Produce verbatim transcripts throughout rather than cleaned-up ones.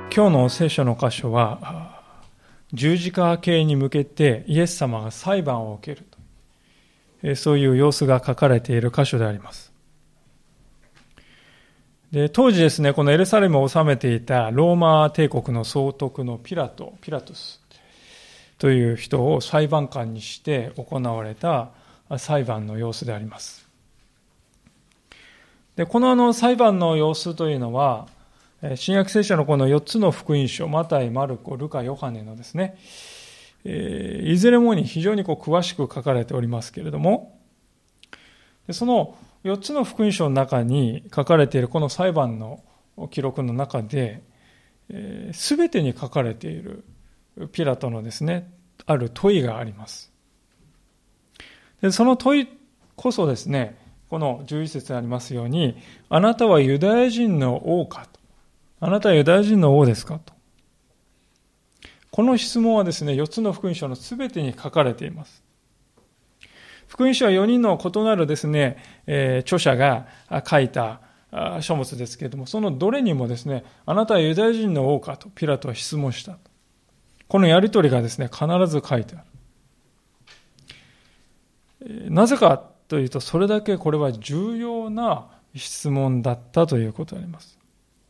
今日の聖書の箇所は十字架刑に向けてイエス様が裁判を受けると、そういう様子が書かれている箇所であります。で、当時ですね、このエルサレムを治めていたローマ帝国の総督のピラト、ピラトスという人を裁判官にして行われた裁判の様子であります。で、このあの裁判の様子というのは、新約聖書のこのよっつの福音書、マタイ、マルコ、ルカ、ヨハネのですね、えー、いずれもに非常にこう詳しく書かれておりますけれども、そのよっつの福音書の中に書かれているこの裁判の記録の中で、すべてに書かれているピラトのですね、ある問いがあります。で、その問いこそですね、このじゅういっ節にありますように、あなたはユダヤ人の王かと。あなたはユダヤ人の王ですかと。この質問はですね、よっつの福音書のすべてに書かれています。福音書はよにんの異なるですね、えー、著者が書いた書物ですけれども、そのどれにもですね、あなたはユダヤ人の王かとピラトは質問した。このやりとりがですね、必ず書いてある。なぜかというと、それだけこれは重要な質問だったということであります。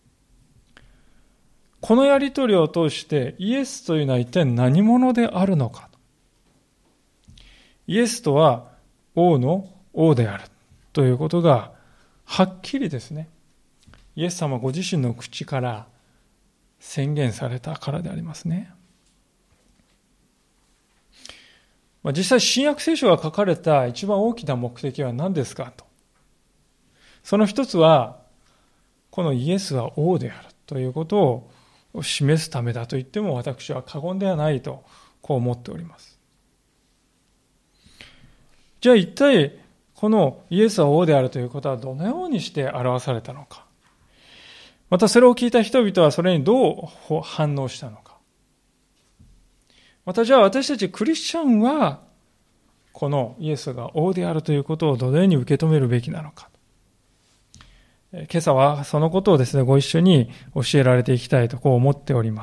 このやりとりを通してイエスというのは一体何者であるのか。イエスとは王の王であるということがはっきりですね、イエス様ご自身の口から宣言されたからでありますね。実際新約聖書が書かれた一番大きな目的は何ですかと。その一つはこのイエスは王であるということを示すためだと言っても私は過言ではないとこう思っております。じゃあ一体このイエスは王であるということはどのようにして表されたのか。またそれを聞いた人々はそれにどう反応したのか。またじゃあ私たちクリスチャンはこのイエスが王であるということをどのように受け止めるべきなのか。今朝はそのことをですね、ご一緒に教えられていきたいとこう思っております。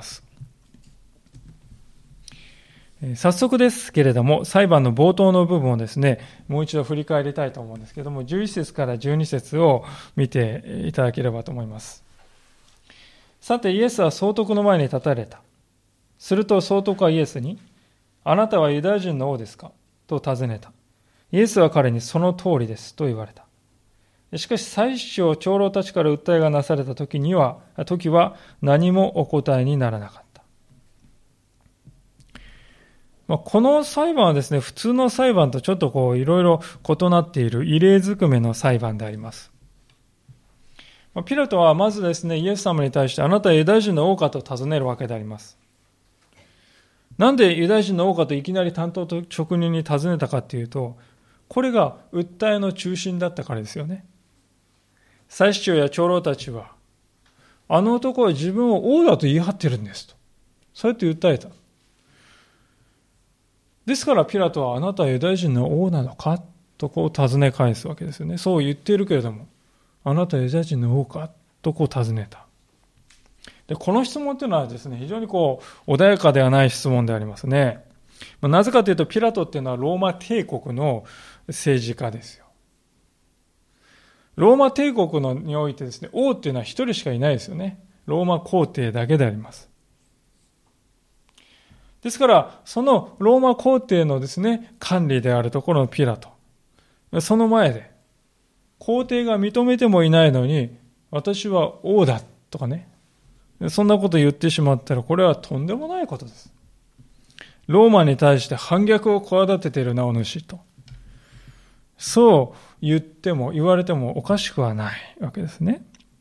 早速ですけれども、裁判の冒頭の部分をですね、もう一度振り返りたいと思うんですけれども、じゅういっ節からじゅうに節を見ていただければと思います。さて、イエスは総督の前に立たれた。すると総督はイエスに、あなたはユダヤ人の王ですかと尋ねた。イエスは彼にその通りですと言われた。しかし祭司長長老たちから訴えがなされた時には時は何もお答えにならなかった。まあ、この裁判はですね、普通の裁判とちょっとこういろいろ異なっている異例ずくめの裁判であります。まあ、ピラトはまずですね、イエス様に対してあなたはユダヤ人の王かと尋ねるわけであります。なんでユダヤ人の王かといきなり単刀直入に尋ねたかというと、これが訴えの中心だったからですよね。祭司長や長老たちは、あの男は自分を王だと言い張ってるんですと。そうやって訴えた。ですからピラトはあなたはユダヤ人の王なのかとこう尋ね返すわけですよね。そう言っているけれども、あなたはユダヤ人の王かとこう尋ねた。で、この質問というのはですね、非常にこう穏やかではない質問でありますね。なぜかというと、ピラトっていうのはローマ帝国の政治家ですよ。ローマ帝国のにおいてですね、王っていうのは一人しかいないですよね。ローマ皇帝だけであります。ですから、そのローマ皇帝のですね、管理であるところのピラト。その前で、皇帝が認めてもいないのに、私は王だとかね。そんなこと言ってしまったら、これはとんでもないことです。ローマに対して反逆を企てている名を主と。そう言っても言われてもおかしくはないわけですね。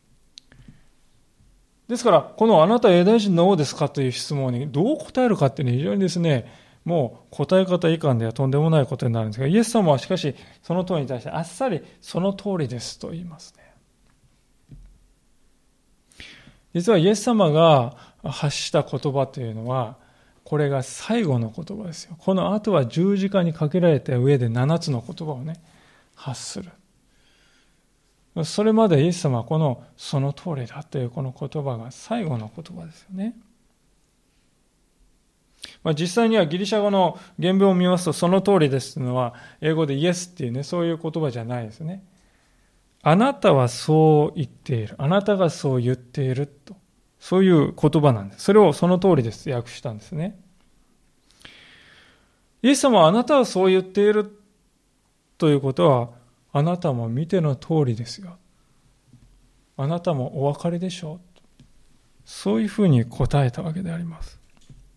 ですから、このあなたはユダヤ人の王ですかという質問にどう答えるかっていうのは非常にですね、もう答え方以下ではとんでもないことになるんですが、イエス様はしかしその問いに対してあっさりその通りですと言いますね。実はイエス様が発した言葉というのは、これが最後の言葉ですよ。この後は十字架にかけられた上で七つの言葉をね、発する。 それまでイエス様はこのその通りだというこの言葉が最後の言葉ですよね。まあ、実際にはギリシャ語の原文を見ますとその通りですというのは英語でイエスっていうね、そういう言葉じゃないですね。あなたはそう言っている。あなたがそう言っていると。そういう言葉なんです。それをその通りです訳したんですね。イエス様はあなたはそう言っているということは、あなたも見ての通りですよ。あなたもお分かりでしょう。そういうふうに答えたわけであります。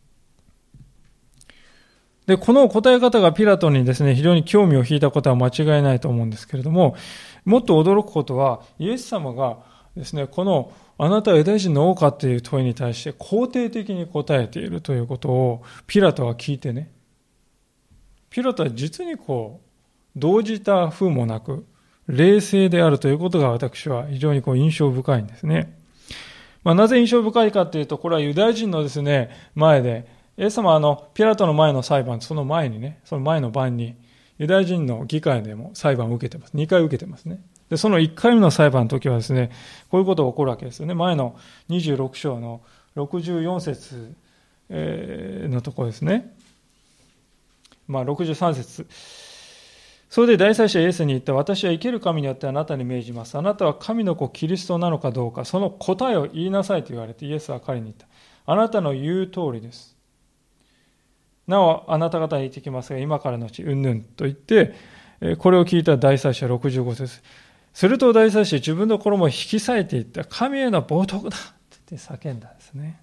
で、この答え方がピラトにですね、非常に興味を引いたことは間違いないと思うんですけれども、もっと驚くことは、イエス様がですね、このあなたはユダヤ人の王かという問いに対して肯定的に答えているということをピラトは聞いてね、ピラトは実にこう、動じた風もなく、冷静であるということが私は非常にこう印象深いんですね。まあ、なぜ印象深いかというと、これはユダヤ人のですね、前で、イエス様はあの、ピラトの前の裁判、その前にね、その前の晩に、ユダヤ人の議会でも裁判を受けてます。にかい受けてますね。で、そのいっかいめの裁判の時はですね、こういうことが起こるわけですよね。前のにじゅうろく章のろくじゅうよん節のところですね。まあ、ろくじゅうさん節。それで大祭司はイエスに言った。私は生ける神によってあなたに命じます。あなたは神の子キリストなのかどうか、その答えを言いなさいと言われて、イエスは彼に言った。あなたの言う通りです。なお、あなた方に言ってきますが、今からのうち、うんぬんと言って、これを聞いた大祭司はろくじゅうご節。すると大祭司は自分の衣を引き裂いていった。神への冒涜だって叫んだんですね。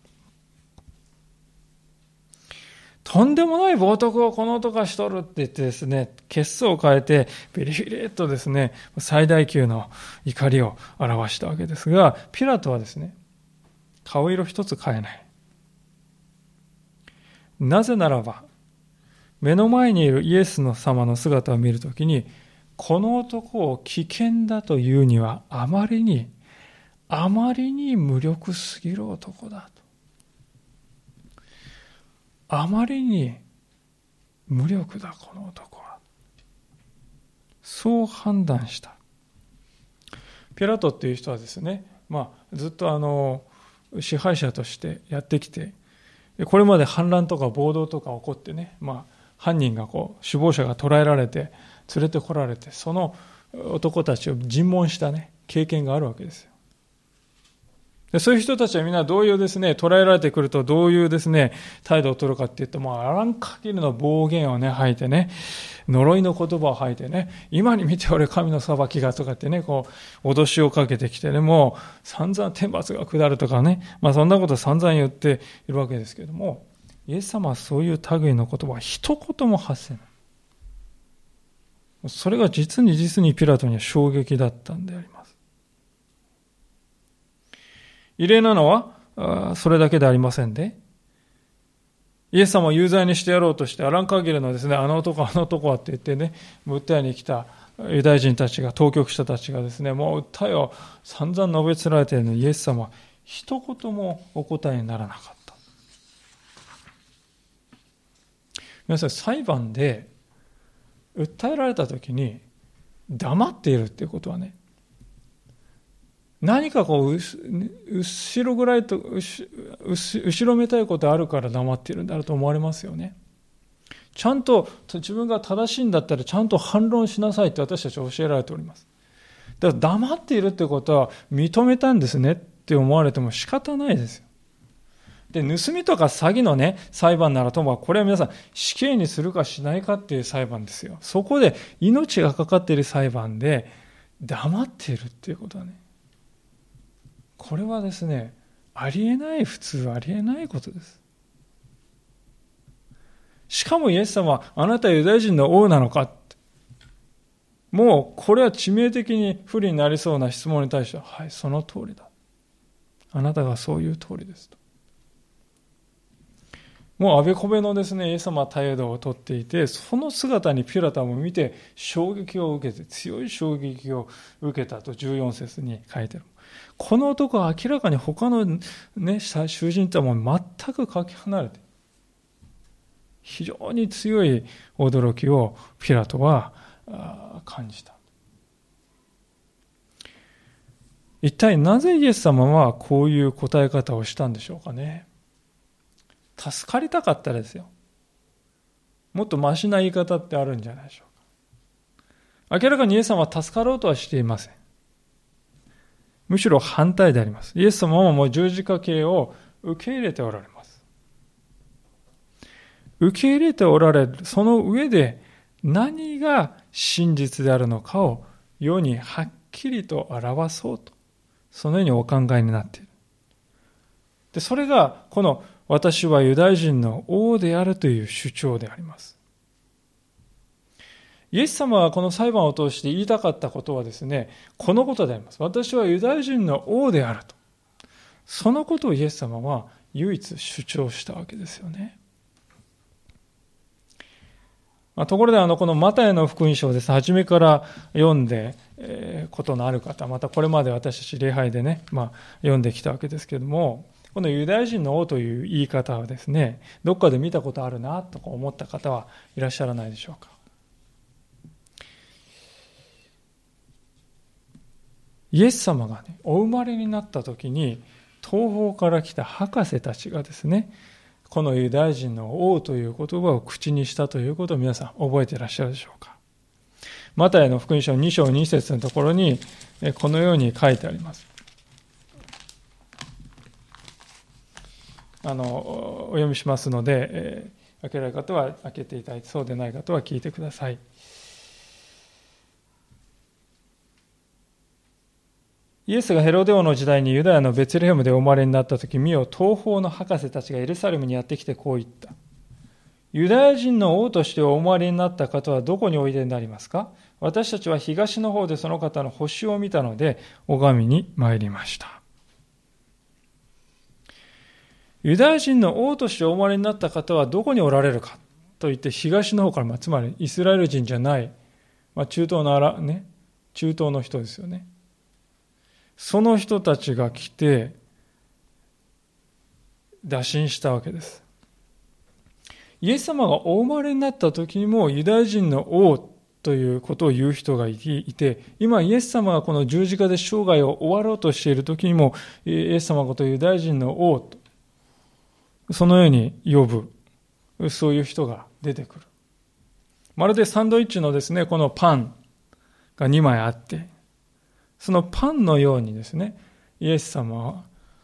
とんでもない冒涜をこの男がしとるって言ってですね、血相を変えて、ビリビリっとですね、最大級の怒りを表したわけですが、ピラトはですね、顔色一つ変えない。なぜならば、目の前にいるイエスの様の姿を見るときに、この男を危険だというにはあまりに、あまりに無力すぎる男だと。あまりに無力だ、この男は。そう判断した。ピラトっていう人はですね、まあ、ずっとあの、支配者としてやってきて、これまで反乱とか暴動とか起こってね、まあ、犯人がこう、首謀者が捕らえられて、連れてこられて、その男たちを尋問したね、経験があるわけですよ。でそういう人たちはみんなどういうですね、捕らえられてくるとどういうですね、態度を取るかっていうと、もうあらん限りの暴言をね、吐いてね、呪いの言葉を吐いてね、今に見て俺神の裁きがとかってね、こう、脅しをかけてきてね、もう散々天罰が下るとかね、まあそんなこと散々言っているわけですけれども、イエス様はそういう類の言葉は一言も発せない。それが実に実にピラトには衝撃だったんであります。異例なのは、それだけでありませんで、イエス様を有罪にしてやろうとして、あらん限りのですね、あの男、あの男はって言ってね、訴えに来たユダヤ人たちが、当局者たちがですね、もう訴えを散々述べつられているのに、イエス様は一言もお答えにならなかった。皆さん、裁判で訴えられたときに黙っているっていうことはね、何かこう後ろぐらいと後ろめたいことあるから黙っているんだろうと思われますよね。ちゃんと自分が正しいんだったらちゃんと反論しなさいって私たちは教えられております。だから黙っているってことは認めたんですねって思われても仕方ないですよ。で、盗みとか詐欺のね、裁判ならとも、これは皆さん死刑にするかしないかっていう裁判ですよ。そこで命がかかっている裁判で黙っているっていうことはね、これはですね、ありえない、普通ありえないことです。しかもイエス様は、あなたはユダヤ人の王なのかって、もうこれは致命的に不利になりそうな質問に対しては、はい、その通りだ。あなたがそういう通りですと。もうあべこべのですね、イエス様は態度をとっていて、その姿にピラトも見て衝撃を受けて、強い衝撃を受けたとじゅうよん節に書いてある。この男は明らかに他のね、囚人とはもう全くかけ離れて、非常に強い驚きをピラトは感じた。 一体なぜイエス様はこういう答え方をしたんでしょうかね。助かりたかったですよ。もっとマシな言い方ってあるんじゃないでしょうか。明らかにイエス様は助かろうとはしていません。むしろ反対であります。イエス様はもう十字架刑を受け入れておられます。受け入れておられる、その上で何が真実であるのかを世にはっきりと表そうと、そのようにお考えになっている。で、それがこの私はユダヤ人の王であるという主張であります。イエス様はこの裁判を通して言いたかったことはですね、このことであります。私はユダヤ人の王であると。そのことをイエス様は唯一主張したわけですよね。まあ、ところであのこのマタイの福音書をですね、初めから読んで、えー、ことのある方、またこれまで私たち礼拝でね、まあ、読んできたわけですけれども、このユダヤ人の王という言い方はですね、どっかで見たことあるなと思った方はいらっしゃらないでしょうか。イエス様がね、お生まれになった時に、東方から来た博士たちがですね、このユダヤ人の王という言葉を口にしたということを皆さん覚えていらっしゃるでしょうか。マタイの福音書に章に節のところに、このように書いてあります。あの、お読みしますので、えー、開けられる方は開けていただいて、そうでない方は聞いてください。イエスがヘロデ王の時代にユダヤのベツレヘムでお生まれになったとき、見よ、東方の博士たちがエルサレムにやってきてこう言った。ユダヤ人の王としてお生まれになった方はどこにおいでになりますか？私たちは東の方でその方の星を見たので、拝みに参りました。ユダヤ人の王としてお生まれになった方はどこにおられるかと言って、東の方から、まあ、つまりイスラエル人じゃない、まあ、中東のあら、ね、中東の人ですよね。その人たちが来て打診したわけです。イエス様がお生まれになった時にもユダヤ人の王ということを言う人がいて、今イエス様がこの十字架で生涯を終わろうとしている時にも、イエス様ことユダヤ人の王とそのように呼ぶ、そういう人が出てくる。まるでサンドイッチのですね、このパンがにまいあって、そのパンのようにですね、イエス様は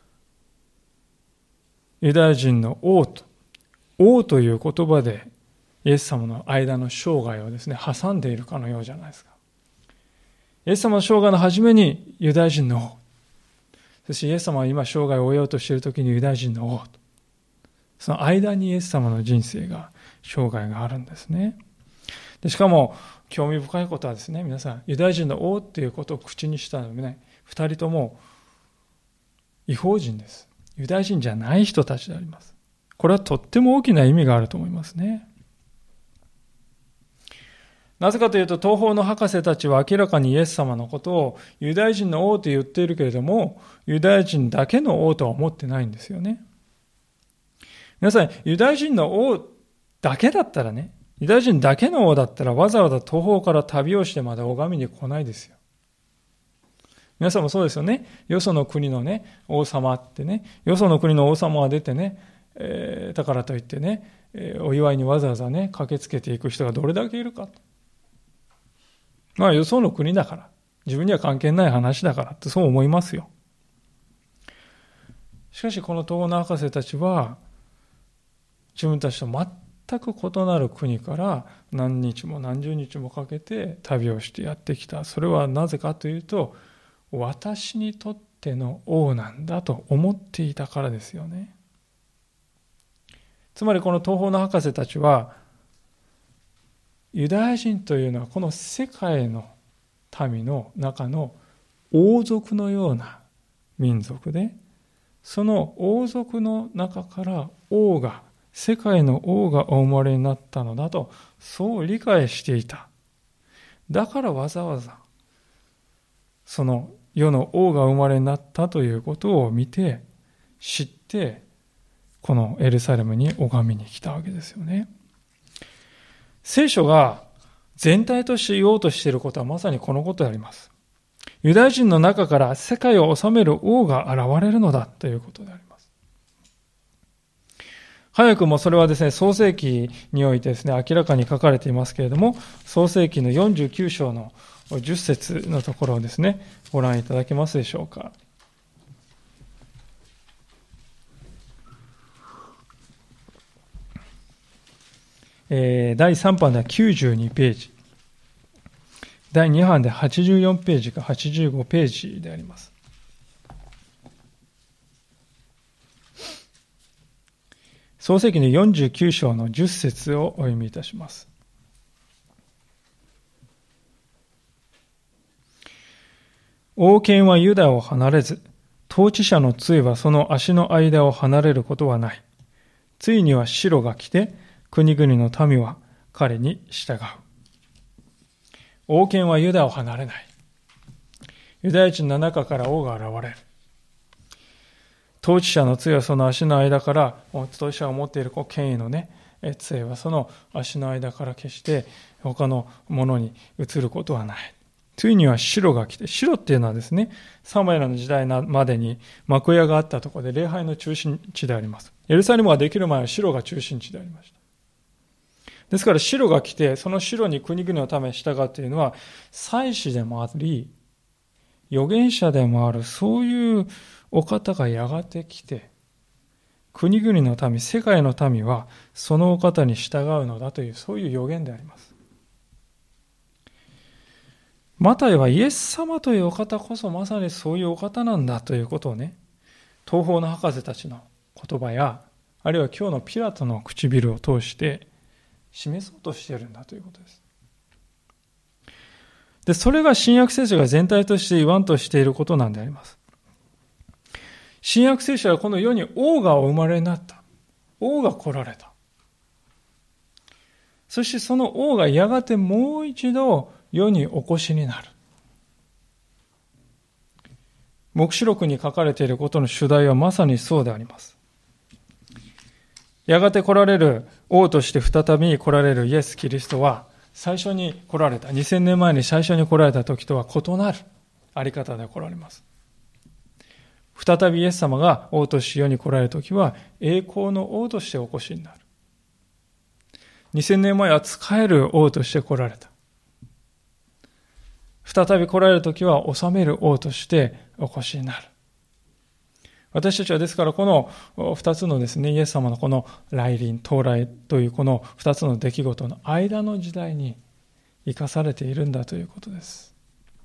ユダヤ人の王と、王という言葉でイエス様の間の生涯をですね、挟んでいるかのようじゃないですか。イエス様の生涯の初めにユダヤ人の王。そしてイエス様は今生涯を終えようとしている時にユダヤ人の王と。その間にイエス様の人生が、生涯があるんですね。でしかも、興味深いことはですね、皆さん、ユダヤ人の王ということを口にしたのでね、二人とも異邦人です。ユダヤ人じゃない人たちであります。これはとっても大きな意味があると思いますね。なぜかというと、東方の博士たちは明らかにイエス様のことをユダヤ人の王と言っているけれども、ユダヤ人だけの王とは思ってないんですよね。皆さん、ユダヤ人の王だけだったらね、ユダヤ人だけの王だったらわざわざ東方から旅をしてまで拝みに来ないですよ。皆さんもそうですよね。よその国のね、王様ってね、よその国の王様が出てね、えー、だからといってね、えー、お祝いにわざわざね、駆けつけていく人がどれだけいるかと。まあ、よその国だから、自分には関係ない話だからってそう思いますよ。しかし、この東方の博士たちは、自分たちと全く異なる国から何日も何十日もかけて旅をしてやってきた。それはなぜかというと、私にとっての王なんだと思っていたからですよね。つまりこの東方の博士たちは、ユダヤ人というのはこの世界の民の中の王族のような民族で、その王族の中から王が、世界の王がお生まれになったのだと、そう理解していた。だからわざわざ、その世の王が生まれになったということを見て、知って、このエルサレムに拝みに来たわけですよね。聖書が全体として言おうとしていることはまさにこのことであります。 ユダヤ人の中から世界を治める王が現れるのだということであります。早くもそれはですね、創世記においてですね、明らかに書かれていますけれども、創世記のよんじゅうきゅう章のじゅっ節のところをですね、ご覧いただけますでしょうか。えー、だいさん版ではきゅうじゅうにページ、だいに版ではちじゅうよんページかはちじゅうごページであります。創世記のよんじゅうきゅう章のじゅっ節をお読みいたします。王権はユダを離れず、統治者の杖はその足の間を離れることはない。ついには白が来て、国々の民は彼に従う。王権はユダを離れない。ユダヤ人の中から王が現れる。統治者の杖はその足の間から、統治者が持っているこう権威のね、杖はその足の間から決して他のものに移ることはない。ついには白が来て、白っていうのはですね、サムエルの時代までに幕屋があったところで礼拝の中心地であります。エルサレムができる前は白が中心地でありました。ですから白が来て、その白に国々のために従うというのは、祭司でもあり、預言者でもある、そういうお方がやがて来て、国々の民、世界の民はそのお方に従うのだという、そういう預言であります。マタイはイエス様というお方こそまさにそういうお方なんだということをね、東方の博士たちの言葉や、あるいは今日のピラトの唇を通して示そうとしているんだということです。で、それが新約聖書が全体として言わんとしていることなんであります。新約聖書はこの世に王がお生まれになった。王が来られた。そしてその王がやがてもう一度世にお越しになる。黙示録に書かれていることの主題はまさにそうであります。やがて来られる王として再び来られるイエス・キリストは、最初に来られた、にせんねんまえに最初に来られた時とは異なるあり方で来られます。再びイエス様が王として世に来られる時は、栄光の王としてお越しになる。にせんねんまえは仕える王として来られた。再び来られる時は治める王としてお越しになる。私たちはですからこの二つのですね、イエス様のこの来臨、到来というこの二つの出来事の間の時代に生かされているんだということです。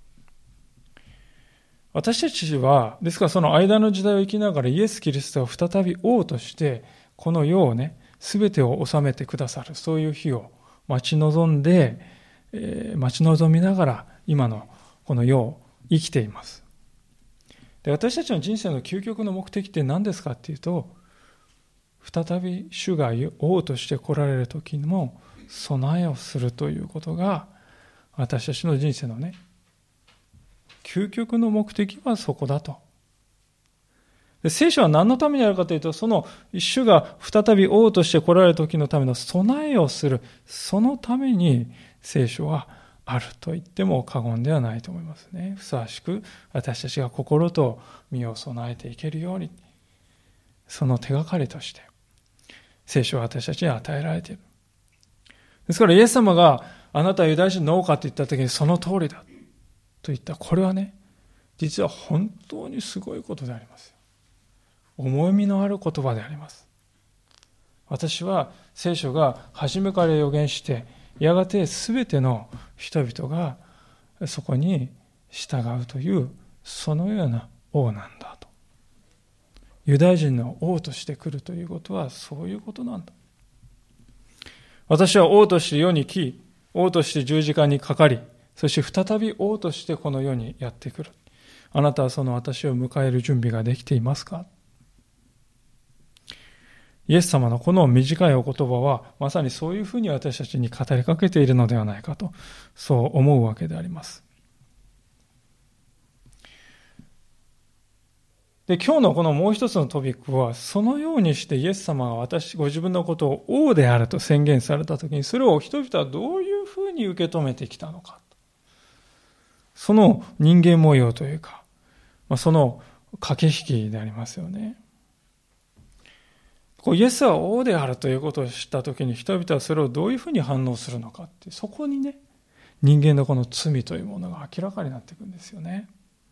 私たちは、ですからその間の時代を生きながらイエス・キリストが再び王としてこの世をね、すべてを治めてくださる、そういう日を待ち望んで、えー、待ち望みながら今のこの世を生きています。で、私たちの人生の究極の目的って何ですかっていうと、再び主が王として来られる時にも備えをするということが私たちの人生のね、究極の目的はそこだと。で、聖書は何のためにあるかというと、その主が再び王として来られる時のための備えをする、そのために聖書はあると言っても過言ではないと思いますね。ふさわしく私たちが心と身を備えていけるように、その手がかりとして聖書は私たちに与えられている。ですからイエス様があなたはユダヤ人の王かと言った時にその通りだと言った、これはね、実は本当にすごいことでありますよ。重みのある言葉であります。私は聖書が初めから予言して、やがてすべての人々がそこに従うという、そのような王なんだと。ユダヤ人の王として来るということはそういうことなんだ。私は王として世に来、王として十字架にかかり、そして再び王としてこの世にやってくる。あなたはその私を迎える準備ができていますか？イエス様のこの短いお言葉は、まさにそういうふうに私たちに語りかけているのではないかと、そう思うわけであります。で、今日のこのもう一つのトピックは、そのようにしてイエス様が私、ご自分のことを王であると宣言されたときに、それを人々はどういうふうに受け止めてきたのか。 その人間模様というか、まあ、その駆け引きでありますよね。こうイエスは王であるということを知ったときに、人々はそれをどういうふうに反応するのかって、そこにね、人間のこの罪というものが明らかになっていくんですよね。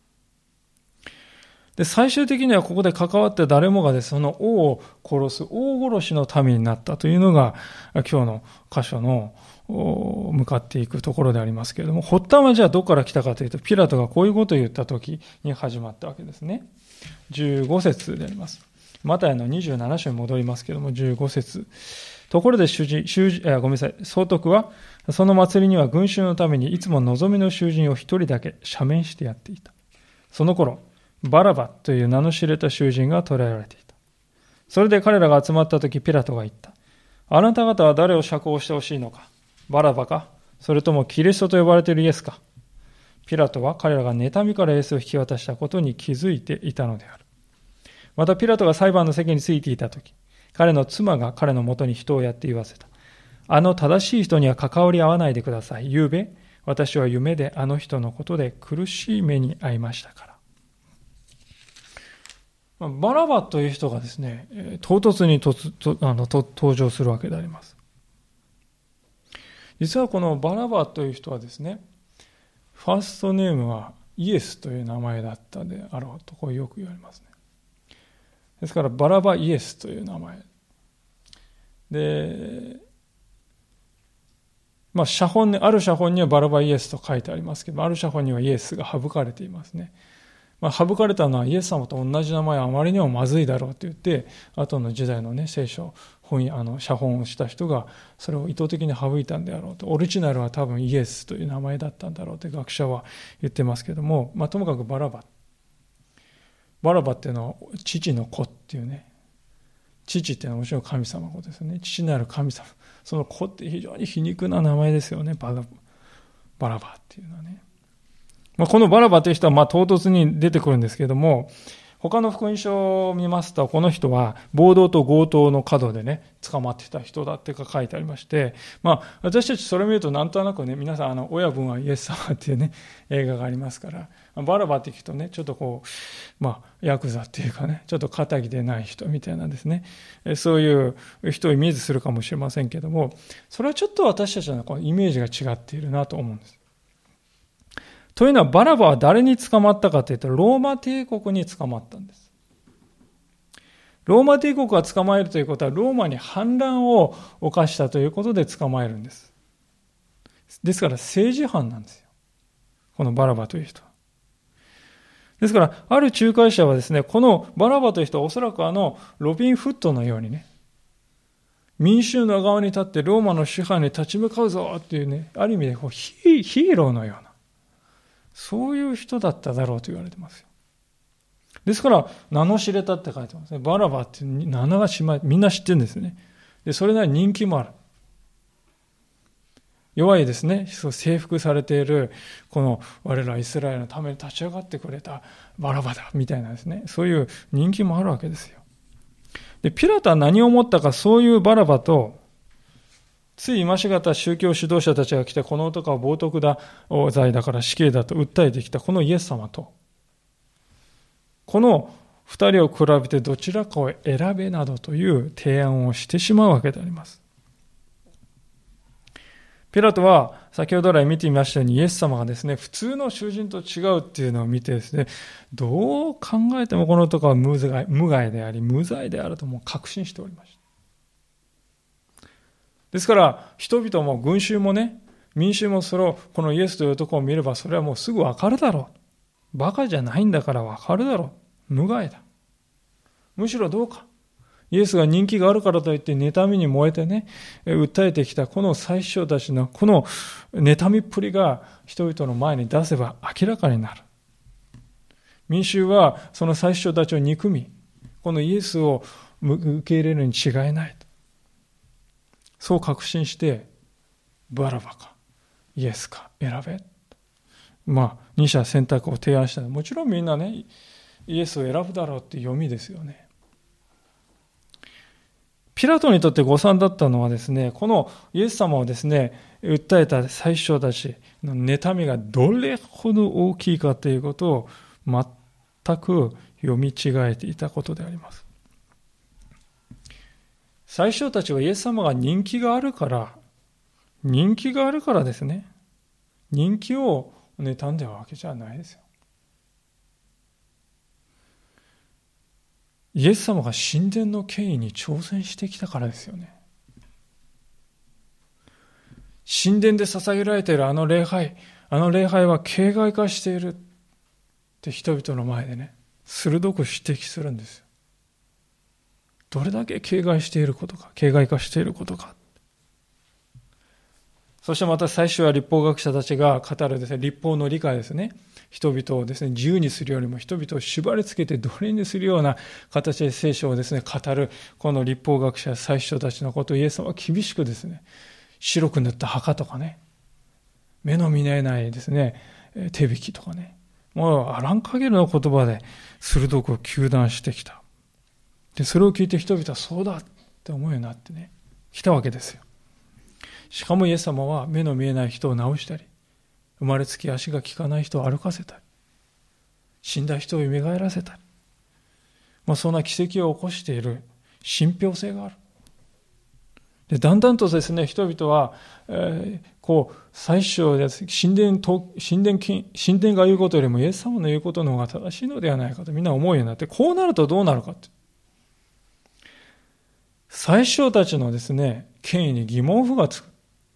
で、最終的にはここで関わって誰もがですね、その王を殺す王殺しの民になったというのが今日の箇所の向かっていくところでありますけれども、発端はじゃあどこから来たかというと、ピラトがこういうことを言った時に始まったわけですね。じゅうご節であります。マタイのにじゅうなな章に戻りますけれども、じゅうご節。ところで主人、主人、ごめんなさい、総督は、その祭りには群衆のためにいつも望みの囚人を一人だけ赦免してやっていた。その頃、バラバという名の知れた囚人が捕らえられていた。それで彼らが集まったとき、ピラトが言った。あなた方は誰を釈放してほしいのか。バラバか、それともキリストと呼ばれているイエスか。ピラトは彼らが妬みからイエスを引き渡したことに気づいていたのである。またピラトが裁判の席についていたとき、彼の妻が彼のもとに人をやって言わせた。あの正しい人には関わり合わないでください。ゆうべ、私は夢であの人のことで苦しい目に遭いましたから。バラバという人がですね、唐突にとつとあのと登場するわけであります。実はこのバラバという人はですね、ファーストネームはイエスという名前だったであろうと、こうよく言われますね。ですからバラバイエスという名前で、まあ写本にある写本にはバラバイエスと書いてありますけど、ある写本にはイエスが省かれていますね。まあ、省かれたのはイエス様と同じ名前はあまりにもまずいだろうと言って、後の時代のね、聖書、本あの写本をした人がそれを意図的に省いたんであろうと。オリジナルは多分イエスという名前だったんだろうと学者は言ってますけども、まあ、ともかくバラバ。バラバっていうのは父の子っていうね。父っていうのはもちろん神様の子ですね。父なる神様。その子って非常に皮肉な名前ですよね。バラバ、バラバっていうのはね。このバラバという人はまあ唐突に出てくるんですけれども、他の福音書を見ますと、この人は暴動と強盗の角でね、捕まってた人だって書いてありまして、まあ私たちそれを見るとなんとなくね、皆さんあの、親分はイエス様っていうね、映画がありますから、バラバって聞くとね、ちょっとこう、まあヤクザっていうかね、ちょっと肩着でない人みたいなんですね。そういう人をイメージするかもしれませんけども、それはちょっと私たちのこのイメージが違っているなと思うんです。というのはバラバは誰に捕まったかというと、ローマ帝国に捕まったんです。ローマ帝国が捕まえるということは、ローマに反乱を犯したということで捕まえるんです。ですから政治犯なんですよ。このバラバという人は。ですから、ある仲介者はですね、このバラバという人はおそらくあのロビン・フットのようにね、民衆の側に立ってローマの支配に立ち向かうぞっていうね、ある意味でこうヒーローのような、そういう人だっただろうと言われてますよ。ですから、名の知れたって書いてますね。バラバって名がしまい、みんな知ってるんですね。で、それなりに人気もある。弱いですね、征服されている、この我らイスラエルのために立ち上がってくれたバラバだ、みたいなですね、そういう人気もあるわけですよ。で、ピラトは何を思ったか、そういうバラバと、つい今しがた宗教指導者たちが来て、この男は冒涜だ、罪だから死刑だと訴えてきたこのイエス様と、この二人を比べてどちらかを選べなどという提案をしてしまうわけであります。ピラトは先ほど来見てみましたように、イエス様がですね、普通の囚人と違うっていうのを見てですね、どう考えてもこの男は無罪、無害であり無罪であるともう確信しておりました。ですから人々も群衆もね、民衆もそれを、このイエスという男を見ればそれはもうすぐわかるだろう。バカじゃないんだからわかるだろう。無害だ。むしろどうか。イエスが人気があるからといって妬みに燃えてね、訴えてきたこの最初たちのこの妬みっぷりが人々の前に出せば明らかになる。民衆はその最初たちを憎み、このイエスを受け入れるに違いないと。そう確信して、バラバかイエスか選べ。まあ二者選択を提案したの。もちろんみんなね、イエスを選ぶだろうって読みですよね。ピラトにとって誤算だったのはですね、このイエス様をですね、 訴えた宰相たちの妬みがどれほど大きいかということを全く読み違えていたことであります。宰相たちはイエス様が人気があるから、人気があるからですね、人気を妬んでるわけじゃないですよ。イエス様が神殿の権威に挑戦してきたからですよね。神殿で捧げられているあの礼拝、あの礼拝は形骸化しているって人々の前でね、鋭く指摘するんですよ。どれだけ形骸していることか、形骸化していることか。そしてまた最初は律法学者たちが語るですね、律法の理解ですね。人々をですね、自由にするよりも人々を縛り付けて奴隷にするような形で聖書をですね、語るこの律法学者、最初たちのことをイエス様は厳しくですね、白く塗った墓とかね、目の見えないですね、手引きとかね、もうあらん限りの言葉で鋭く糾弾してきた。で、それを聞いて人々はそうだって思うようになってね、来たわけですよ。しかもイエス様は目の見えない人を治したり、生まれつき足が利かない人を歩かせたり、死んだ人を蘇らせたり、まあ、そんな奇跡を起こしている信憑性がある。で、だんだんとですね、人々は、えー、こう、最初です、神殿と、神殿、神殿が言うことよりもイエス様の言うことの方が正しいのではないかとみんな思うようになって、こうなるとどうなるかって。宰相たちのですね、権威に疑問符がつく。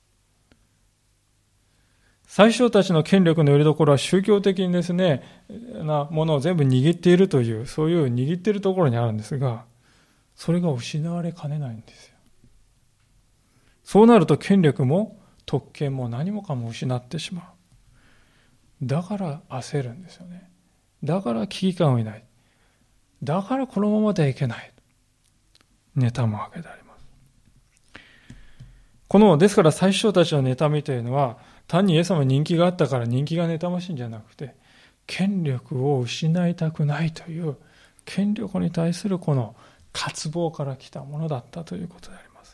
宰相たちの権力のよりどころは宗教的にですね、なものを全部握っているという、そういう握っているところにあるんですが、それが失われかねないんですよ。そうなると権力も特権も何もかも失ってしまう。だから焦るんですよね。だから危機感を抱い。だからこのままではいけない。妬むわけであります。この、ですから最初たちの妬みというのは、単にイエス様に人気があったから人気が妬ましいんじゃなくて、権力を失いたくないという、権力に対するこの渇望から来たものだったということであります。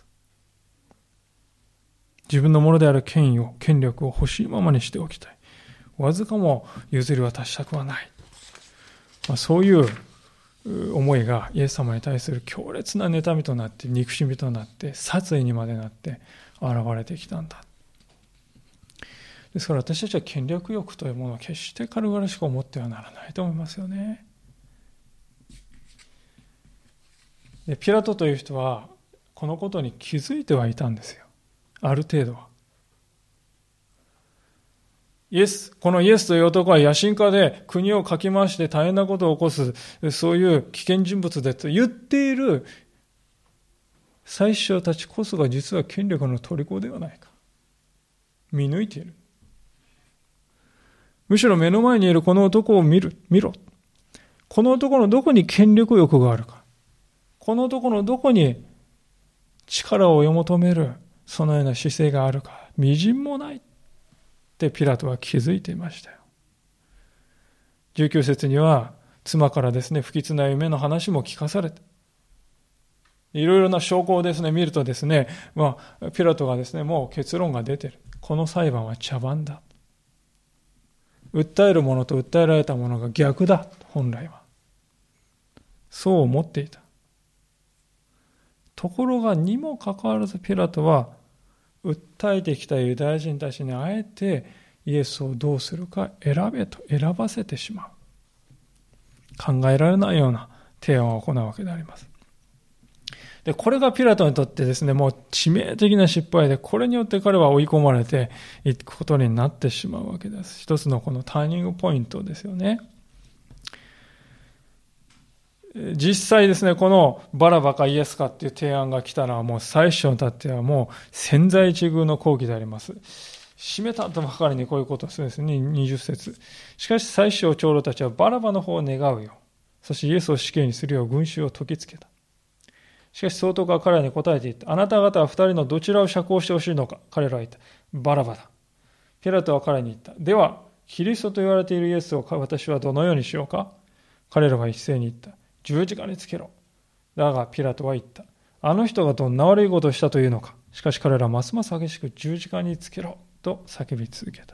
自分のものである権威を、権力を欲しいままにしておきたい。わずかも譲り渡したくはない。まあ、そういう思いがイエス様に対する強烈な妬みとなって、憎しみとなって、殺意にまでなって現れてきたんだ。ですから私たちは権力欲というものは決して軽々しく思ってはならないと思いますよね。で、ピラトという人はこのことに気づいてはいたんですよ。ある程度は。イエス、このイエスという男は野心家で国をかき回して大変なことを起こす、そういう危険人物でと言っている宰相たちこそが実は権力の虜ではないか。見抜いている。むしろ目の前にいるこの男を見る、見ろ。この男のどこに権力欲があるか。この男のどこに力を追い求めるそのような姿勢があるか。みじんもないってピラトは気づいていましたよ。じゅうきゅう節には妻からですね、不吉な夢の話も聞かされて、いろいろな証拠をですね、見るとですね、まあ、ピラトがですね、もう結論が出ている。この裁判は茶番だ。訴えるものと訴えられたものが逆だ、本来は。そう思っていた。ところがにもかかわらずピラトは、訴えてきたユダヤ人たちにあえてイエスをどうするか選べと選ばせてしまう。考えられないような提案を行うわけであります。で、これがピラトにとってですね、もう致命的な失敗で、これによって彼は追い込まれていくことになってしまうわけです。一つのこのターニングポイントですよね。実際ですね、このバラバかイエスかっていう提案が来たのはもう最初に立ってはもう千載一遇の好機であります。締めたとばかりにこういうことをするんですね、にじゅっ節。しかし最初長老たちはバラバの方を願うよ。そしてイエスを死刑にするよう群衆を説きつけた。しかし総督は彼らに答えていった。あなた方は二人のどちらを釈放してほしいのか。彼らは言った。バラバだ。ピラトは彼に言った。では、キリストと言われているイエスを私はどのようにしようか。彼らは一斉に言った。十字架につけろ。だがピラトは言った。あの人がどんな悪いことをしたというのか。 しかし彼らはますます激しく十字架につけろと叫び続けた。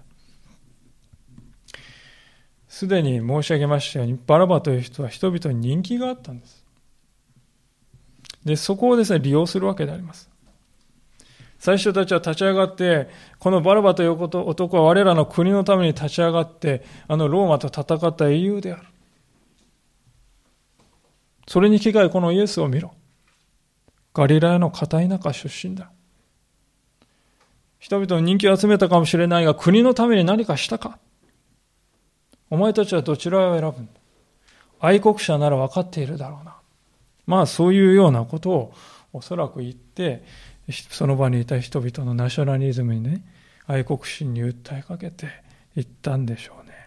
すでに申し上げましたように、バラバという人は人々に人気があったんです。で、そこをですね、利用するわけであります。最初たちは立ち上がって、このバラバという男は我らの国のために立ち上がって、あのローマと戦った英雄である。それに引き換えこのイエスを見ろ。ガリラヤの片田舎出身だ。人々の人気を集めたかもしれないが、国のために何かしたか。お前たちはどちらを選ぶんだ。愛国者なら分かっているだろうな。まあそういうようなことをおそらく言って、その場にいた人々のナショナリズムにね、愛国心に訴えかけていったんでしょう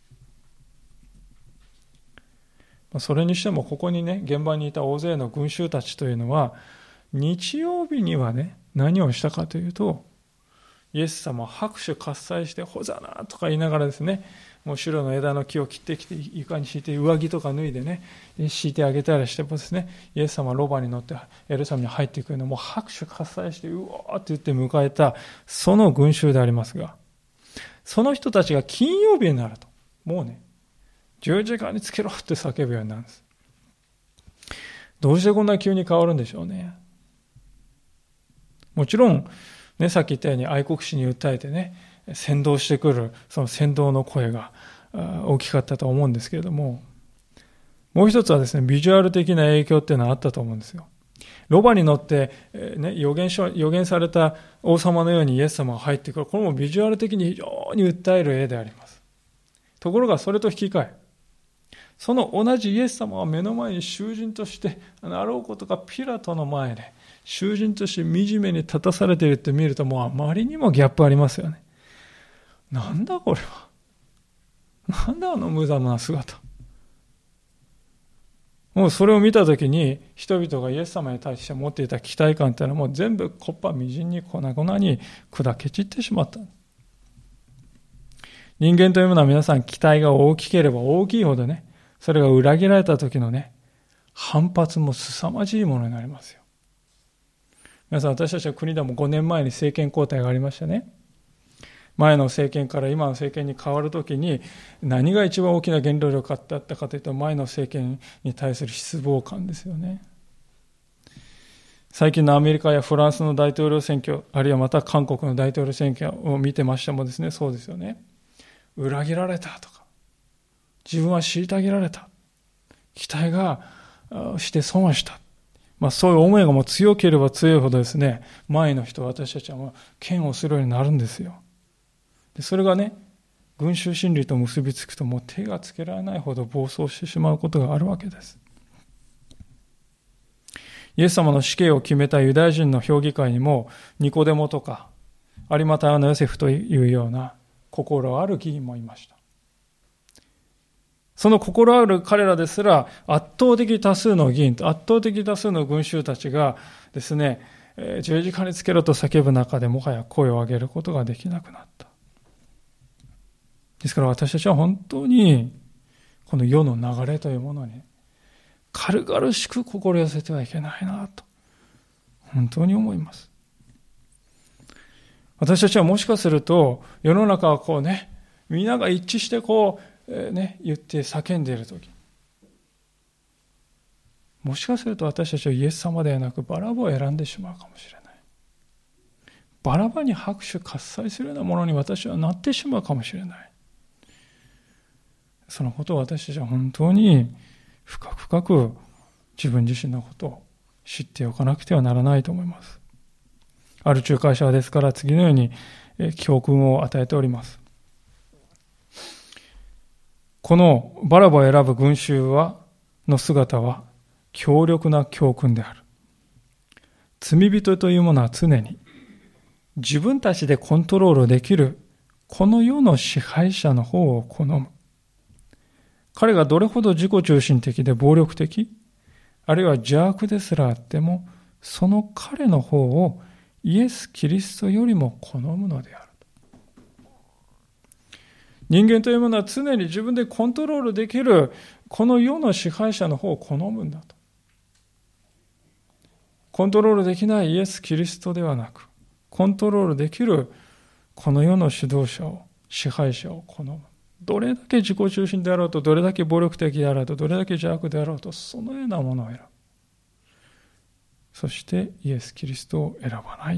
ね。それにしてもここにね、現場にいた大勢の群衆たちというのは、日曜日にはね、何をしたかというと、イエス様を拍手喝采して、ホザナとか言いながらですね、もう白の枝の木を切ってきて床に敷いて上着とか脱いでね敷いてあげたりしてもですね、イエス様はロバに乗ってエルサレムに入っていくのをもう拍手喝采してうおーって言って迎えたその群衆でありますが、その人たちが金曜日になるともうね十字架につけろって叫ぶようになるんです。どうしてこんな急に変わるんでしょうね。もちろんね、さっき言ったように愛国心に訴えてね先導してくるその先導の声が大きかったと思うんですけれども、もう一つはですね、ビジュアル的な影響っていうのはあったと思うんですよ。ロバに乗って、ね、予言し予言された王様のようにイエス様が入ってくる。これもビジュアル的に非常に訴える絵であります。ところがそれと引き換え、その同じイエス様は目の前に囚人としてあろうことかピラトの前で囚人として惨めに立たされているって見ると、もうあまりにもギャップありますよね。なんだこれは。なんだあの無様な姿。もうそれを見たときに人々がイエス様に対して持っていた期待感というのはもう全部こっぱみじんに粉々に砕け散ってしまった。人間というものは皆さん期待が大きければ大きいほどね、それが裏切られた時のね、反発も凄まじいものになりますよ。皆さん、私たちは国でもごねんまえに政権交代がありましたね。前の政権から今の政権に変わるときに何が一番大きな原動力だったかというと、前の政権に対する失望感ですよね。最近のアメリカやフランスの大統領選挙、あるいはまた韓国の大統領選挙を見てましてもですね、そうですよね。裏切られたとか、自分は虐げられた、期待がして損をした、まあ、そういう思いがもう強ければ強いほどですね、前の人、私たちはもう嫌悪するようになるんですよ。でそれがね、群衆心理と結びつくともう手がつけられないほど暴走してしまうことがあるわけです。イエス様の死刑を決めたユダヤ人の評議会にもニコデモとか有馬太のヨセフというような心ある議員もいました。その心ある彼らですら圧倒的多数の議員と圧倒的多数の群衆たちがですね、十字架につけろと叫ぶ中でもはや声を上げることができなくなった。ですから私たちは本当にこの世の流れというものに軽々しく心寄せてはいけないなと本当に思います。私たちはもしかすると世の中はこうね、みんなが一致してこう、えー、ね言って叫んでいるとき、もしかすると私たちはイエス様ではなくバラバを選んでしまうかもしれない。バラバに拍手喝采するようなものに私はなってしまうかもしれない。そのことを私たちは本当に深く深く自分自身のことを知っておかなくてはならないと思います。ある仲介者はですから次のように教訓を与えております。このバラバを選ぶ群衆はの姿は強力な教訓である。罪人というものは常に自分たちでコントロールできるこの世の支配者の方を好む。彼がどれほど自己中心的で暴力的、あるいは邪悪ですらあっても、その彼の方をイエス・キリストよりも好むのである。人間というものは常に自分でコントロールできるこの世の支配者の方を好むんだと。 コントロールできないイエス・キリストではなく、コントロールできるこの世の指導者を、支配者を好む。どれだけ自己中心であろうと、どれだけ暴力的であろうと、どれだけ邪悪であろうと、そのようなものを選ぶ。そしてイエス・キリストを選ばない。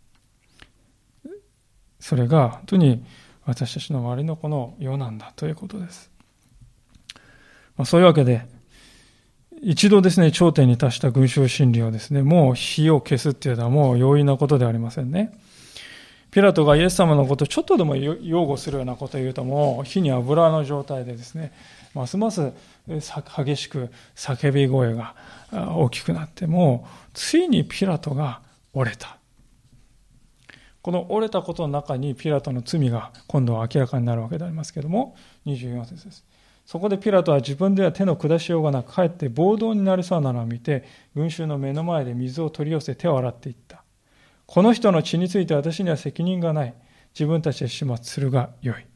それが本当に私たちの周りのこの世なんだということです。まあ、そういうわけで、一度ですね、頂点に達した群衆心理をですね、もう火を消すっていうのはもう容易なことではありませんね。ピラトがイエス様のことをちょっとでも擁護するようなことを言うと、もう火に油の状態でですね、ますます激しく叫び声が大きくなって、もうついにピラトが折れた。この折れたことの中にピラトの罪が今度は明らかになるわけでありますけれども、にじゅうよん節です。そこでピラトは自分では手の下しようがなく、かえって暴動になりそうなのを見て、群衆の目の前で水を取り寄せ手を洗っていった。この人の血について私には責任がない。自分たちで始末するがよい。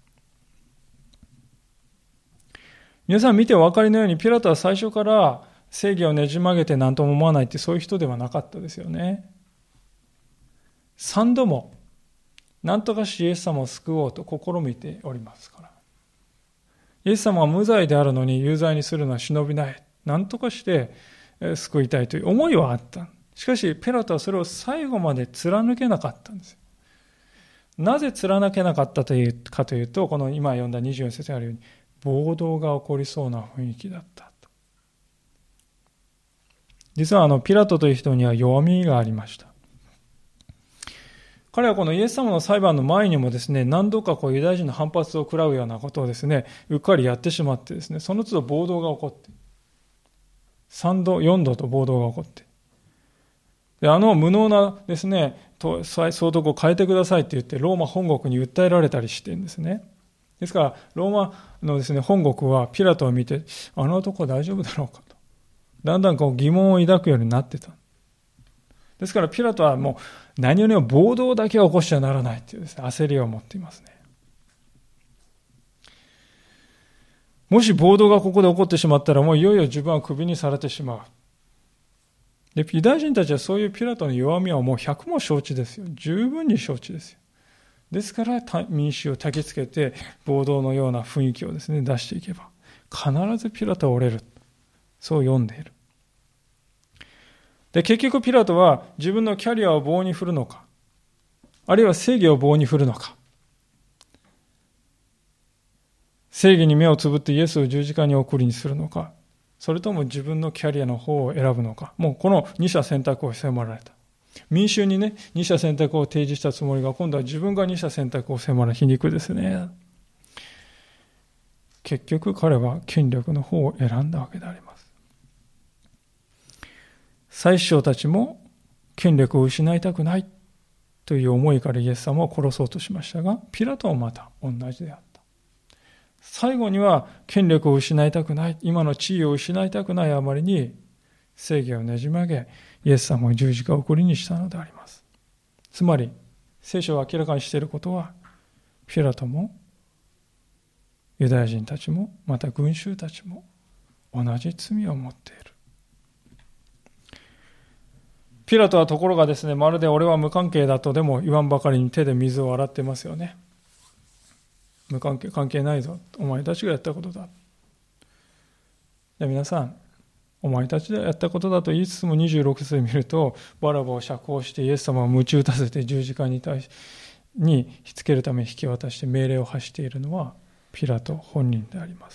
皆さん見てお分かりのように、ピラトは最初から正義をねじ曲げて何とも思わないって、そういう人ではなかったですよね。三度も何とかしイエス様を救おうと試みておりますから。イエス様は無罪であるのに有罪にするのは忍びない。何とかして救いたいという思いはあった。しかしピラトはそれを最後まで貫けなかったんですよ。なぜ貫けなかったというかというと、この今読んだにじゅうよん節にあるように、暴動が起こりそうな雰囲気だったと。実はあのピラトという人には弱みがありました。彼はこのイエス様の裁判の前にもですね、何度かこうユダヤ人の反発を食らうようなことをですね、うっかりやってしまってですね、その都度暴動が起こって、さんど、よんどと暴動が起こって、であの無能なですね、総督を変えてくださいって言ってローマ本国に訴えられたりしてるんですね。ですからローマのですね、本国はピラトを見て、あの男は大丈夫だろうかと、だんだんこう疑問を抱くようになってた。ですからピラトはもう何よりも暴動だけは起こしちゃならないというですね、焦りを持っていますね。もし暴動がここで起こってしまったら、もういよいよ自分はクビにされてしまう。で、ユダヤ人たちはそういうピラトの弱みはもう百も承知ですよ。十分に承知ですよ。ですから民衆を焚きつけて暴動のような雰囲気をですね、出していけば必ずピラトは折れる。そう読んでいる。で、結局ピラトは自分のキャリアを棒に振るのか、あるいは正義を棒に振るのか、正義に目をつぶってイエスを十字架に送りにするのか、それとも自分のキャリアの方を選ぶのか、もうこの二者選択を迫られた。民衆にね、二者選択を提示したつもりが、今度は自分が二者選択を迫られ、皮肉ですね。結局彼は権力の方を選んだわけであります。祭司長たちも権力を失いたくないという思いからイエス様を殺そうとしましたが、ピラトもまた同じであった。最後には権力を失いたくない、今の地位を失いたくないあまりに正義をねじ曲げ、イエス様を十字架を送りにしたのであります。つまり聖書を明らかにしていることは、ピラトもユダヤ人たちもまた群衆たちも同じ罪を持っている。ピラトはところがですね、まるで俺は無関係だとでも言わんばかりに手で水を洗ってますよね。無関係、関係ないぞ。お前たちがやったことだ。で、皆さん、お前たちがやったことだと言いつつもにじゅうろく節で見ると、バラバを釈放してイエス様を鞭打たせて十字架に対しにひつけるために引き渡して命令を発しているのはピラト本人であります。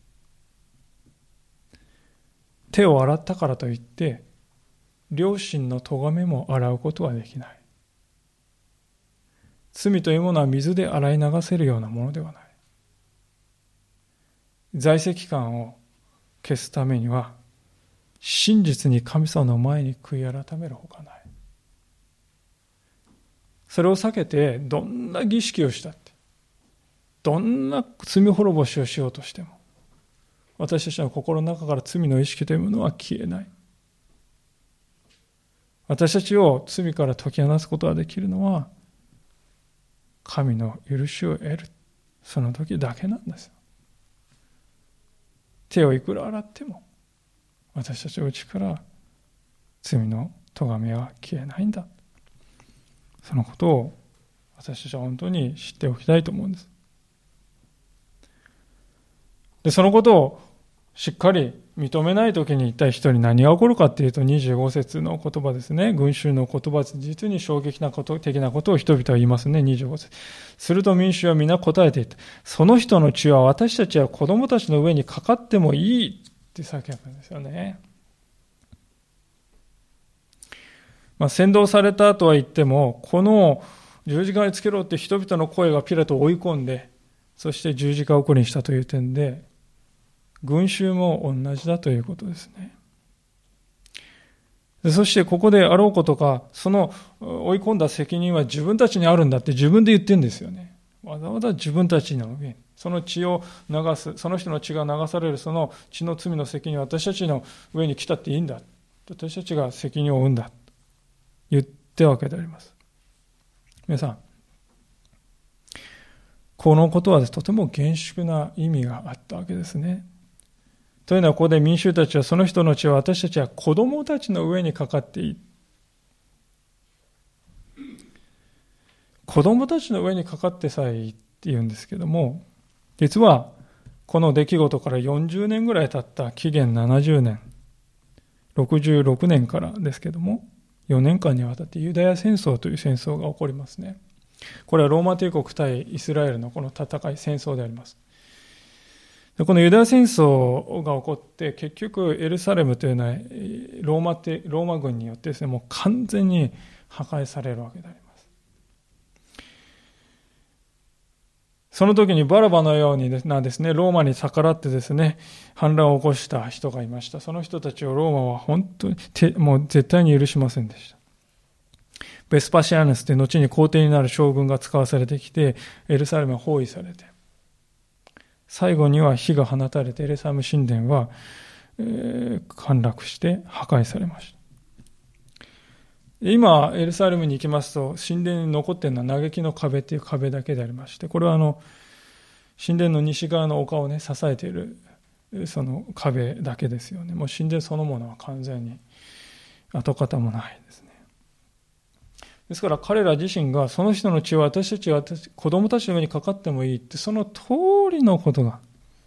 手を洗ったからといって良心の咎めも洗うことはできない。罪というものは水で洗い流せるようなものではない。在籍感を消すためには真実に神様の前に悔い改めるほかない。それを避けてどんな儀式をしたって、どんな罪滅ぼしをしようとしても、私たちの心の中から罪の意識というものは消えない。私たちを罪から解き放つことができるのは神の許しを得る、その時だけなんですよ。手をいくら洗っても私たちのうちから罪の咎めは消えないんだ。そのことを私たちは本当に知っておきたいと思うんです。で、そのことをしっかり認めないときに一体人に何が起こるかっていうと、にじゅうご節の言葉ですね。群衆の言葉、実に衝撃なこと的なことを人々は言いますね。にじゅうご節。すると民衆は皆答えていた。その人の血は私たちや子供たちの上にかかってもいいって叫ぶんですよね。まあ、先導されたとは言っても、この十字架につけろって人々の声がピラトを追い込んで、そして十字架を送りにしたという点で、群衆も同じだということですね。そしてここであろうことか、その追い込んだ責任は自分たちにあるんだって自分で言ってるんですよね。わざわざ自分たちの上に、その血を流す、その人の血が流されるその血の罪の責任は私たちの上に来たっていいんだ。私たちが責任を負うんだ。言ってわけであります。皆さん、このことはとても厳粛な意味があったわけですね。というのは、ここで民衆たちはその人の血は私たちは子供たちの上にかかっていい。子供たちの上にかかってさえいいって言うんですけども、実はこの出来事からよんじゅうねんぐらい経った紀元ななじゅうねん、ろくじゅうろくねんからですけども、よねんかんにわたってユダヤ戦争という戦争が起こりますね。これはローマ帝国対イスラエルのこの戦い、戦争であります。このユダヤ戦争が起こって結局エルサレムというのはローマ帝、ローマ軍によってですね、もう完全に破壊されるわけであります。その時にバラバのようになですね、ローマに逆らってですね、反乱を起こした人がいました。その人たちをローマは本当にもう絶対に許しませんでした。ベスパシアヌスって後に皇帝になる将軍が使わされてきて、エルサレムは包囲されて、最後には火が放たれてエルサレム神殿は、えー、陥落して破壊されました。今エルサレムに行きますと神殿に残っているのは嘆きの壁という壁だけでありまして、これはあの神殿の西側の丘をね支えているその壁だけですよね。もう神殿そのものは完全に跡形もないですね。ですから彼ら自身がその人の血は私たちは子供たちの上にかかってもいいって、その通りのことが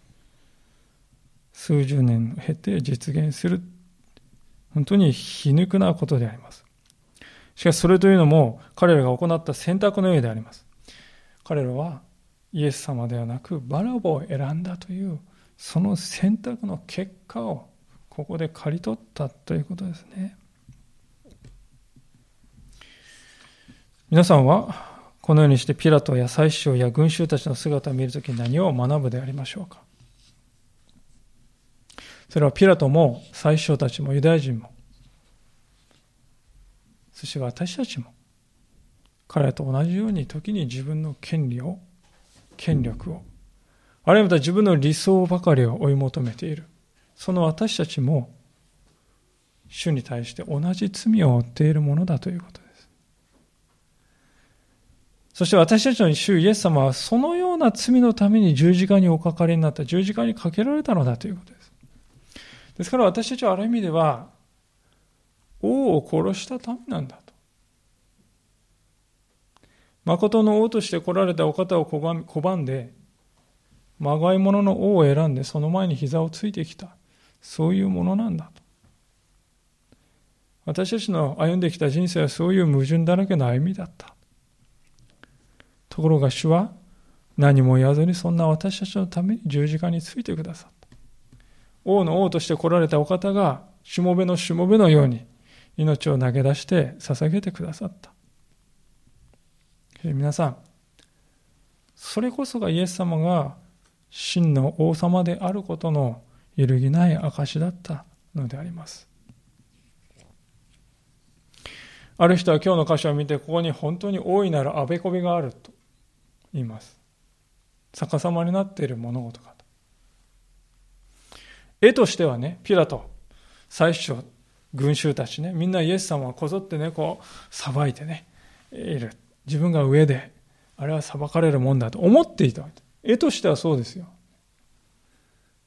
数十年経て実現する、本当に皮肉なことであります。しかしそれというのも彼らが行った選択のようであります。彼らはイエス様ではなくバラバを選んだという、その選択の結果をここで刈り取ったということですね。皆さんはこのようにしてピラトや祭司長や群衆たちの姿を見るときに何を学ぶでありましょうか。それはピラトも祭司長たちもユダヤ人も、そして私たちも彼らと同じように時に自分の権利を、権力を、あるいはまた自分の理想ばかりを追い求めている、その私たちも主に対して同じ罪を負っているものだということです。そして私たちの主イエス様はそのような罪のために十字架におかかりになった、十字架にかけられたのだということです。ですから私たちはある意味では王を殺したためなんだと。誠の王として来られたお方を拒んで、まがいものの王を選んでその前に膝をついてきた、そういうものなんだと。私たちの歩んできた人生はそういう矛盾だらけの歩みだった。ところが主は何も言わずにそんな私たちのために十字架についてくださった。王の王として来られたお方がしもべのしもべのように命を投げ出して捧げてくださった。皆さん、それこそがイエス様が真の王様であることの揺るぎない証だったのであります。ある人は今日の箇所を見て、ここに本当に大いなるあべこべがあると言います。逆さまになっている物事かと。絵としてはね、ピラト、祭司長、群衆たちね、みんなイエス様をこぞってね、こう裁いてねいる。自分が上で、あれは裁かれるもんだと思っていた。絵としてはそうですよ。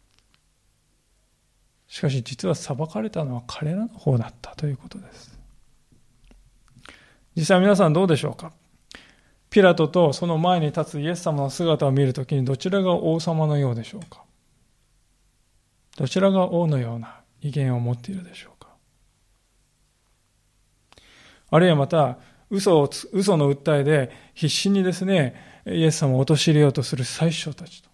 しかし実は裁かれたのは彼らの方だったということです。 実際皆さんどうでしょうか。ピラトとその前に立つイエス様の姿を見るときにどちらが王様のようでしょうか。どちらが王のような威厳を持っているでしょうか。あるいはまた嘘を嘘の訴えで必死にですねイエス様を陥れようとする宰相たちと、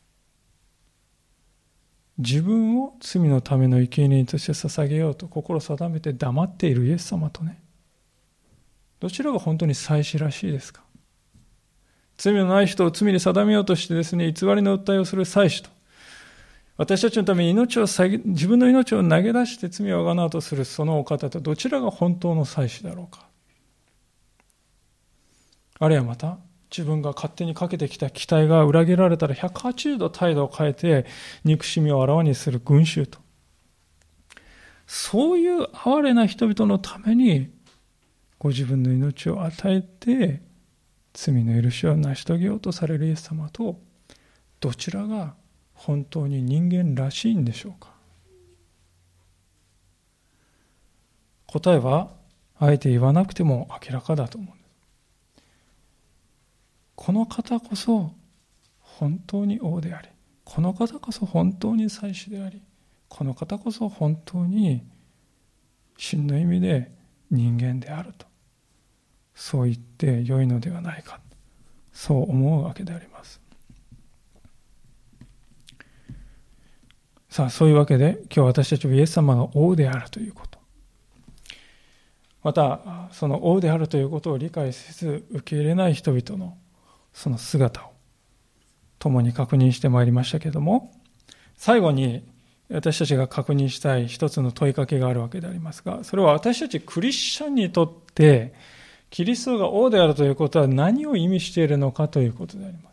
自分を罪のための生贄として捧げようと心定めて黙っているイエス様とね、どちらが本当に祭司らしいですか。罪のない人を罪に定めようとしてですね偽りの訴えをする祭司と、私たちのために命を下げ自分の命を投げ出して罪をあがなうとするそのお方と、どちらが本当の祭司だろうか。あるいはまた自分が勝手にかけてきた期待が裏切られたらひゃくはちじゅうど態度を変えて憎しみをあらわにする群衆と、そういう哀れな人々のためにご自分の命を与えて罪の許しを成し遂げようとされるイエス様と、どちらが本当に人間らしいんでしょうか。答えはあえて言わなくても明らかだと思うんです。この方こそ本当に王であり、この方こそ本当に祭司であり、この方こそ本当に真の意味で人間であると、そう言って良いのではないか、そう思うわけであります。さあ、そういうわけで今日私たちはイエス様が王であるということ、またその王であるということを理解せず受け入れない人々のその姿を共に確認してまいりましたけれども、最後に私たちが確認したい一つの問いかけがあるわけでありますが、それは私たちクリスチャンにとってキリストが王であるということは何を意味しているのかということであります。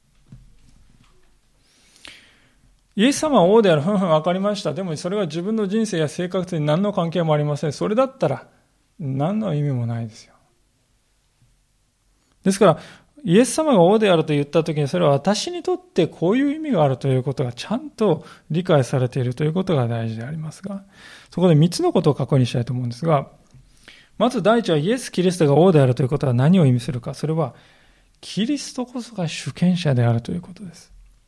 イエス様は王である、ふんふん分かりました。でもそれは自分の人生や生活に何の関係もありません。それだったら何の意味もないですよ。ですからイエス様が王であると言ったときに、それは私にとってこういう意味があるということがちゃんと理解されているということが大事でありますが、そこでみっつのことを確認したいと思うんですが、まず第一はイエス・キリストが王であるということは何を意味するか。それはキリストこそが主権者であるということです。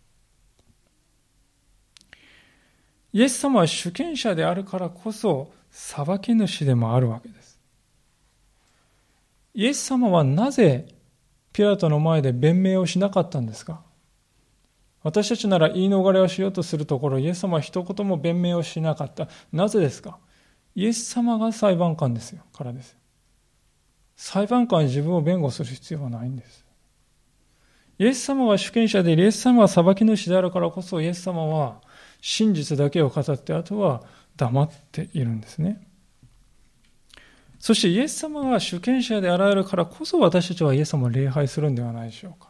イエス様は主権者であるからこそ裁き主でもあるわけです。イエス様はなぜピラトの前で弁明をしなかったんですか。私たちなら言い逃れをしようとするところ、イエス様は一言も弁明をしなかった。なぜですか。イエス様が裁判官ですよからです。裁判官は自分を弁護する必要はないんです。イエス様が主権者で、イエス様は裁き主であるからこそ、イエス様は真実だけを語って、あとは黙っているんですね。そしてイエス様が主権者であられるからこそ、私たちはイエス様を礼拝するんではないでしょうか。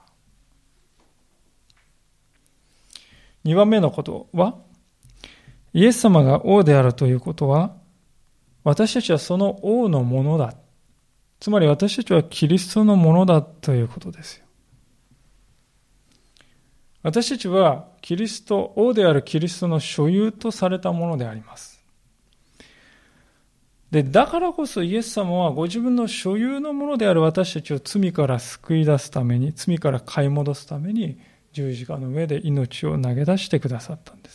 にばんめのことは、イエス様が王であるということは、私たちはその王のものだ。つまり私たちはキリストのものだということですよ。私たちはキリスト、王であるキリストの所有とされたものであります。で、だからこそイエス様はご自分の所有のものである私たちを罪から救い出すために、罪から買い戻すために十字架の上で命を投げ出してくださったんです。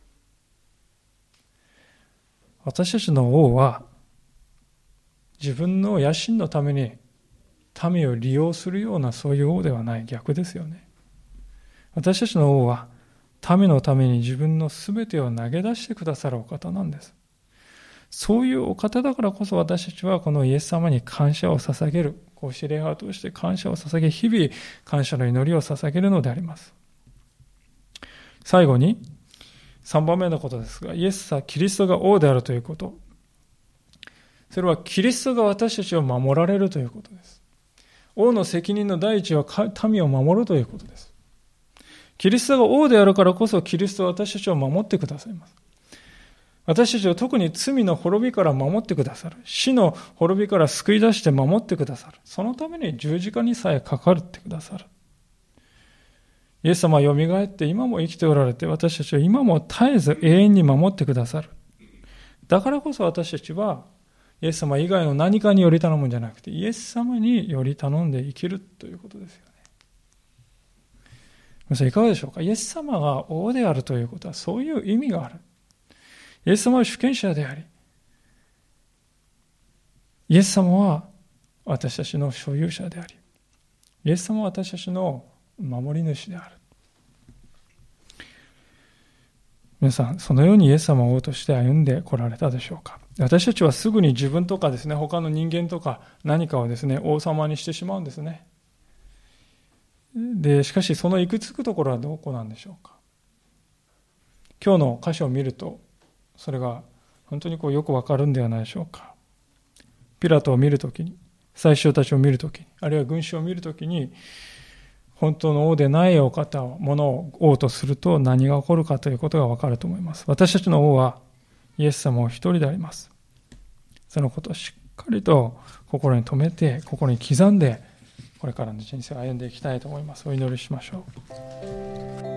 私たちの王は自分の野心のために民を利用するようなそういう王ではない。逆ですよね。私たちの王は民のために自分のすべてを投げ出してくださるお方なんです。そういうお方だからこそ私たちはこのイエス様に感謝を捧げる、こうして礼拝を通して感謝を捧げ、日々感謝の祈りを捧げるのであります。最後にさんばんめのことですが、イエスはキリストが王であるということ、それはキリストが私たちを守られるということです。王の責任の第一は民を守るということです。キリストが王であるからこそキリストは私たちを守ってくださいます。私たちを特に罪の滅びから守ってくださる。死の滅びから救い出して守ってくださる。そのために十字架にさえかかってくださる。イエス様はよみがえって今も生きておられて、私たちは今も絶えず永遠に守ってくださる。だからこそ私たちはイエス様以外の何かにより頼むんじゃなくて、イエス様により頼んで生きるということですよね。皆さんいかがでしょうか。イエス様が王であるということはそういう意味がある。イエス様は主権者であり、イエス様は私たちの所有者であり、イエス様は私たちの守り主である。皆さん、そのようにイエス様を王として歩んでこられたでしょうか。私たちはすぐに自分とかですね、他の人間とか何かをですね、王様にしてしまうんですね。で、しかしその行き着くところはどこなんでしょうか。今日の箇所を見ると、それが本当にこうよくわかるんではないでしょうか。ピラトを見るときに、祭司長たちを見るときに、あるいは群衆を見るときに、本当の王でないお方を、ものを王とすると何が起こるかということがわかると思います。私たちの王はイエス様お一人であります。そのことをしっかりと心に留めて、心に刻んで、これからの人生を歩んでいきたいと思います。お祈りしましょう。